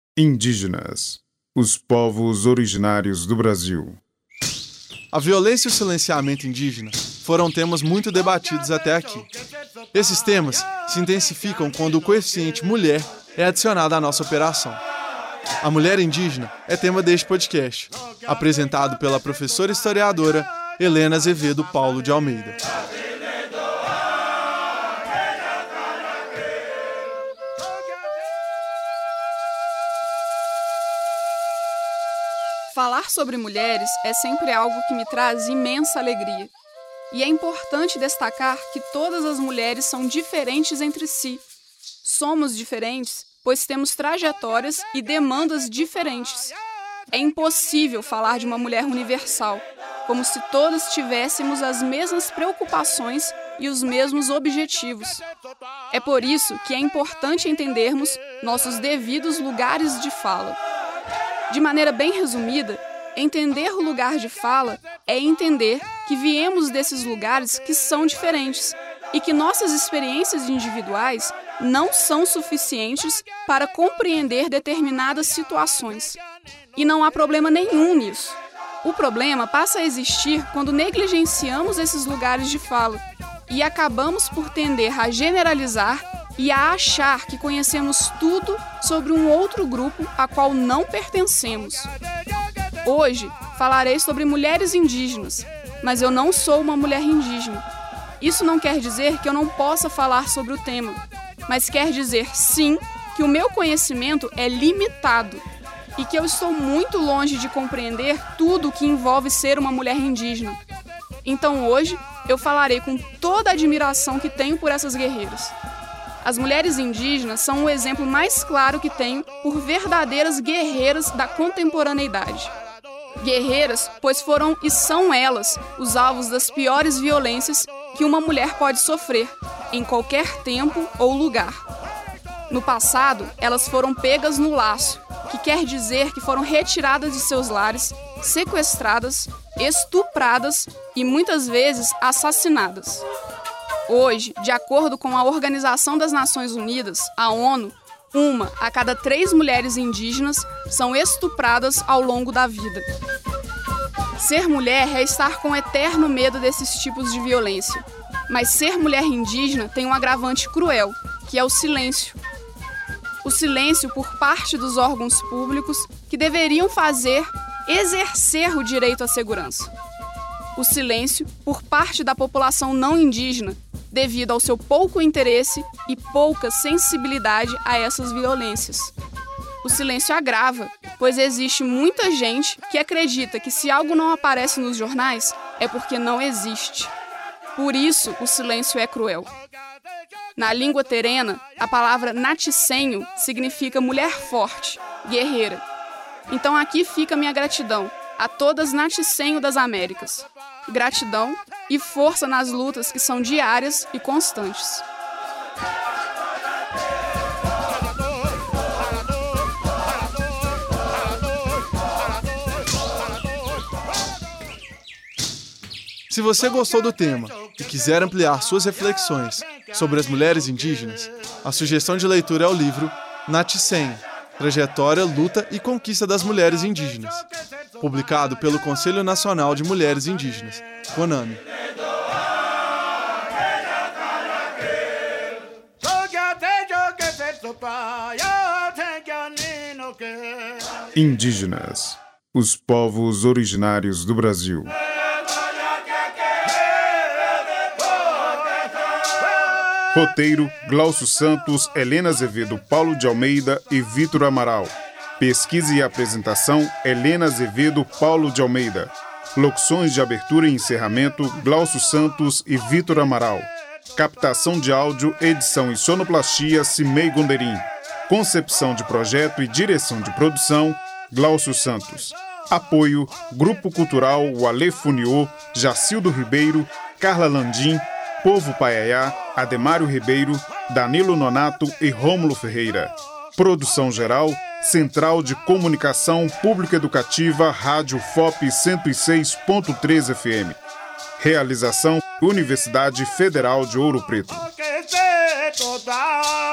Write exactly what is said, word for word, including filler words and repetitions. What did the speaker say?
Indígenas, os povos originários do Brasil. A violência e o silenciamento indígena foram temas muito debatidos até aqui. Esses temas se intensificam quando o coeficiente mulher é adicionado à nossa operação. A mulher indígena é tema deste podcast, apresentado pela professora historiadora Helena Azevedo Paulo de Almeida. Falar sobre mulheres é sempre algo que me traz imensa alegria. E é importante destacar que todas as mulheres são diferentes entre si. Somos diferentes, pois temos trajetórias e demandas diferentes. É impossível falar de uma mulher universal, como se todas tivéssemos as mesmas preocupações e os mesmos objetivos. É por isso que é importante entendermos nossos devidos lugares de fala. De maneira bem resumida, entender o lugar de fala é entender que viemos desses lugares que são diferentes e que nossas experiências individuais não são suficientes para compreender determinadas situações. E não há problema nenhum nisso. O problema passa a existir quando negligenciamos esses lugares de fala e acabamos por tender a generalizar e a achar que conhecemos tudo sobre um outro grupo a qual não pertencemos. Hoje, falarei sobre mulheres indígenas, mas eu não sou uma mulher indígena. Isso não quer dizer que eu não possa falar sobre o tema, mas quer dizer, sim, que o meu conhecimento é limitado e que eu estou muito longe de compreender tudo o que envolve ser uma mulher indígena. Então hoje, eu falarei com toda a admiração que tenho por essas guerreiras. As mulheres indígenas são o exemplo mais claro que tenho por verdadeiras guerreiras da contemporaneidade. Guerreiras, pois foram e são elas os alvos das piores violências que uma mulher pode sofrer, em qualquer tempo ou lugar. No passado, elas foram pegas no laço, que quer dizer que foram retiradas de seus lares, sequestradas, estupradas e muitas vezes assassinadas. Hoje, de acordo com a Organização das Nações Unidas, a ONU, uma a cada três mulheres indígenas são estupradas ao longo da vida. Ser mulher é estar com eterno medo desses tipos de violência. Mas ser mulher indígena tem um agravante cruel, que é o silêncio. O silêncio por parte dos órgãos públicos que deveriam fazer, exercer o direito à segurança. O silêncio por parte da população não indígena, devido ao seu pouco interesse e pouca sensibilidade a essas violências. O silêncio agrava, pois existe muita gente que acredita que se algo não aparece nos jornais, é porque não existe. Por isso, o silêncio é cruel. Na língua terena, a palavra natissenho significa mulher forte, guerreira. Então aqui fica minha gratidão a todas natissenho das Américas. Gratidão e força nas lutas que são diárias e constantes. Se você gostou do tema e quiser ampliar suas reflexões sobre as mulheres indígenas, a sugestão de leitura é o livro Natissenho, Trajetória, Luta e Conquista das Mulheres Indígenas, publicado pelo Conselho Nacional de Mulheres Indígenas, CONAMI. Indígenas, os povos originários do Brasil. Roteiro: Glaucio Santos, Helena Azevedo Paulo de Almeida e Vitor Amaral. Pesquisa e apresentação: Helena Azevedo Paulo de Almeida. Locuções de abertura e encerramento: Glaucio Santos e Vitor Amaral. Captação de áudio, edição e sonoplastia: Cimei Gonderim. Concepção de projeto e direção de produção: Glaucio Santos. Apoio: Grupo Cultural Wale Funiô, Jacildo Ribeiro, Carla Landim, Povo Paiaiá, Ademário Ribeiro, Danilo Nonato e Rômulo Ferreira. Produção geral: Central de Comunicação Pública Educativa, Rádio F O P cento e seis ponto três F M. Realização: Universidade Federal de Ouro Preto.